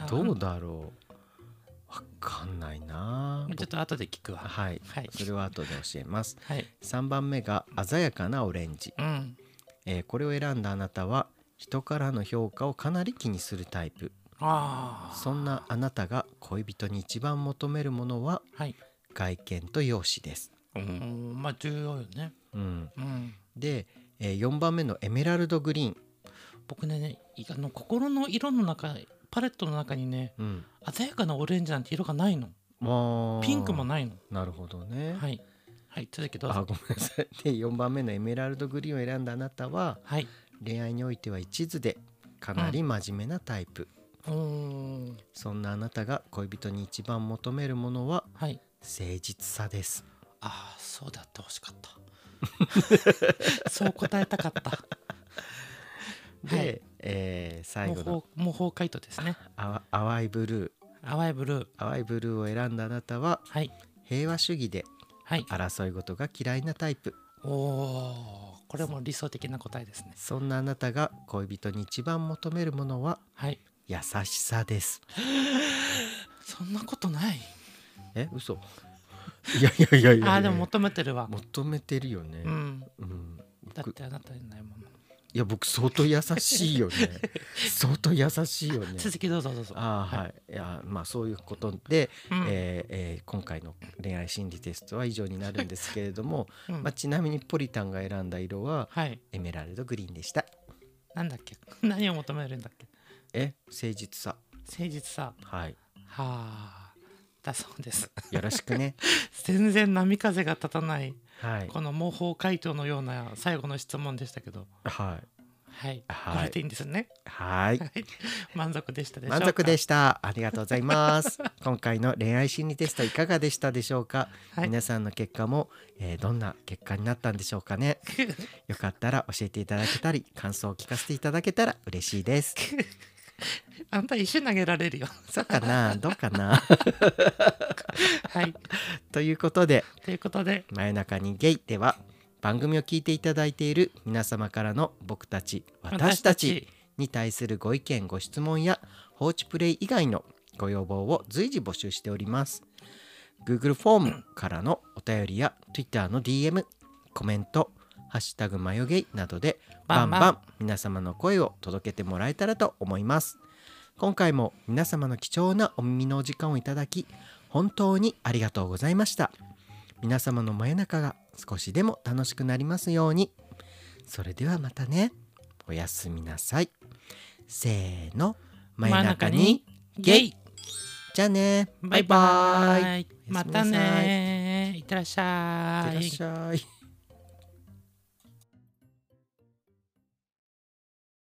[SPEAKER 2] どうだろう、わかんないな。
[SPEAKER 1] ちょっと後で聞くわ。
[SPEAKER 2] はい、はい、それは後で教えます。
[SPEAKER 1] はい、
[SPEAKER 2] さんばんめが鮮やかなオレンジ、うんえー、これを選んだあなたは人からの評価をかなり気にするタイプ。あそんなあなたが恋人に一番求めるものは、はい、外見と容姿です。
[SPEAKER 1] うんまあ重要よね。
[SPEAKER 2] うんうん、で、えー、よんばんめのエメラルドグリーン。
[SPEAKER 1] 僕ねあの心の色の中パレットの中にね、うん、鮮やかなオレンジなんて色がないの。ピンクもないの。
[SPEAKER 2] なるほどね。
[SPEAKER 1] はい、はい、続きどうぞ。
[SPEAKER 2] あごめんなさい。でよんばんめのエメラルドグリーンを選んだあなたは、はい、恋愛においては一途でかなり真面目なタイプ。うん、そんなあなたが恋人に一番求めるものは、はい、誠実さです。
[SPEAKER 1] ああそうであってほしかったそう答えたかった
[SPEAKER 2] で、はいえー、最後の
[SPEAKER 1] 模倣回答ですね。
[SPEAKER 2] あ淡いブルー
[SPEAKER 1] 淡いブルー
[SPEAKER 2] 淡いブルーを選んだあなたは、はい、平和主義で争い事が嫌いなタイプ、
[SPEAKER 1] はい、おー、これも理想的な答えですね。
[SPEAKER 2] そんなあなたが恋人に一番求めるものは、はい、優しさです。
[SPEAKER 1] そんなことない。
[SPEAKER 2] え、嘘。いやいやいやいや。
[SPEAKER 1] あ、でも求めてるわ。
[SPEAKER 2] 求めてるよね。うん。
[SPEAKER 1] うん、だってあなたにないもの。
[SPEAKER 2] いや僕相当優しいよね。相当優しいよね。
[SPEAKER 1] 続きどうぞどうぞ。
[SPEAKER 2] あ、はい、はい、いやまあそういうことで、うん、えーえー、今回の恋愛心理テストは以上になるんですけれども、うん、まあ、ちなみにポリタンが選んだ色は、はい、エメラルドグリーンでした。
[SPEAKER 1] なんだっけ、何を求めるんだっけ。
[SPEAKER 2] え、誠実さ。
[SPEAKER 1] 誠実さ。はい。はあ。だそうです。
[SPEAKER 2] よろしくね。
[SPEAKER 1] 全然波風が立たない、はい、この模倣回答のような最後の質問でしたけど、はいはい、はい、これでいいんですね。
[SPEAKER 2] はい
[SPEAKER 1] 満足でしたでしょうか。
[SPEAKER 2] 満足でした。ありがとうございます。今回の恋愛心理テストいかがでしたでしょうか。はい、皆さんの結果も、えー、どんな結果になったんでしょうかね。よかったら教えていただけたり感想を聞かせていただけたら嬉しいです。
[SPEAKER 1] あんた石投げられるよ。
[SPEAKER 2] そうかな、どうかな。はい。ということで、
[SPEAKER 1] ということで、
[SPEAKER 2] 真夜中にゲイでは番組を聞いていただいている皆様からの僕たち、私たちに対するご意見、ご質問や放置プレイ以外のご要望を随時募集しております。Google フォームからのお便りや Twitter の ディーエム、コメント、ハッシュタグマヨゲイなどでバンバン皆様の声を届けてもらえたらと思います。今回も皆様の貴重なお耳のお時間をいただき本当にありがとうございました。皆様の真夜中が少しでも楽しくなりますように。それではまたね。おやすみなさい。せーの、真夜中にゲイ。じゃあね、バイバイ。
[SPEAKER 1] またね、いってらっしゃい。
[SPEAKER 2] いってらっしゃい。